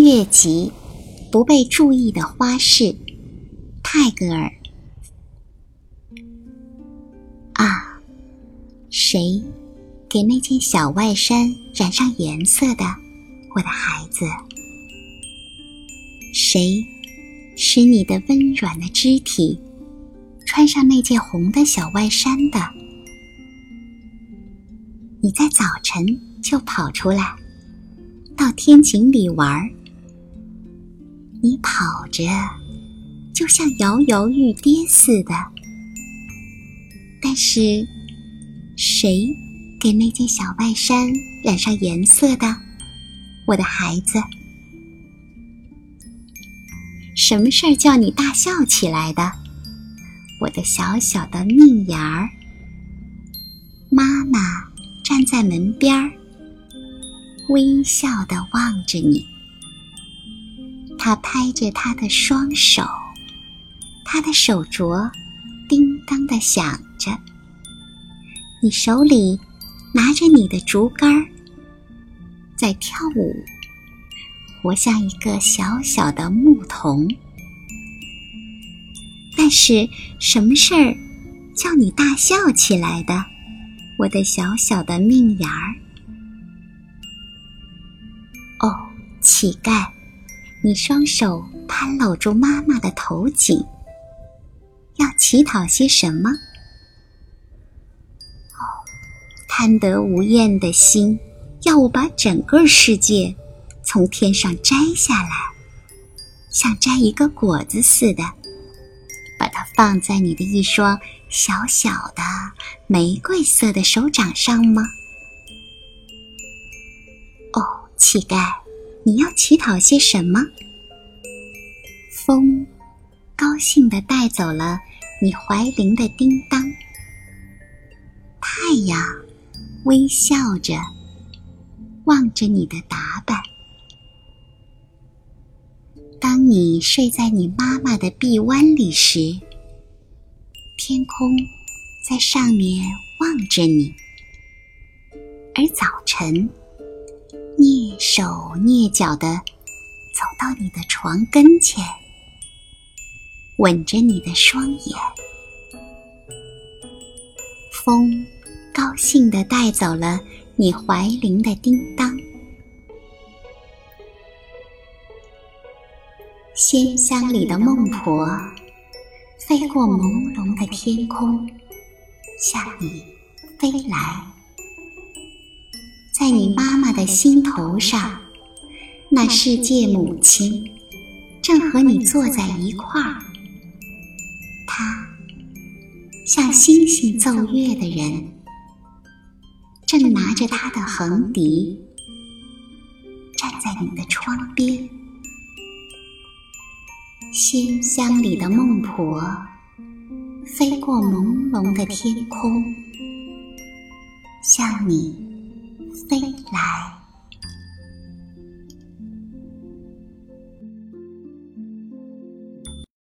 越级，不被注意的花式，泰戈尔。啊，谁给那件小外衫染上颜色的，我的孩子？谁使你的温软的肢体穿上那件红的小外衫的？你在早晨就跑出来，到天井里玩，你跑着就像摇摇欲跌似的。但是谁给那件小外衫染上颜色的，我的孩子？什么事儿叫你大笑起来的，我的小小的命芽儿？妈妈站在门边儿，微笑地望着你。她拍着她的双手，她的手镯叮当地响着。你手里拿着你的竹竿，在跳舞，活像一个小小的牧童。但是什么事儿叫你大笑起来的，我的小小的命芽儿？哦，乞丐，你双手攀搂住妈妈的头颈，要乞讨些什么？哦，贪得无厌的心，要我把整个世界从天上摘下来，像摘一个果子似的，把它放在你的一双小小的玫瑰色的手掌上吗？哦，乞丐，你要乞讨些什么？风高兴地带走了你怀铃的叮当，太阳微笑着望着你的打扮。当你睡在你妈妈的臂弯里时，天空在上面望着你，而早晨蹑手蹑脚地走到你的床跟前，吻着你的双眼。风高兴地带走了你怀铃的叮当。仙乡里的孟婆飞过朦胧的天空，向你飞来。在你妈妈的心头上，那世界母亲正和你坐在一块儿。她像星星奏乐的人，正拿着她的横笛，站在你的窗边。仙乡里的孟婆飞过朦胧的天空，向你飞来。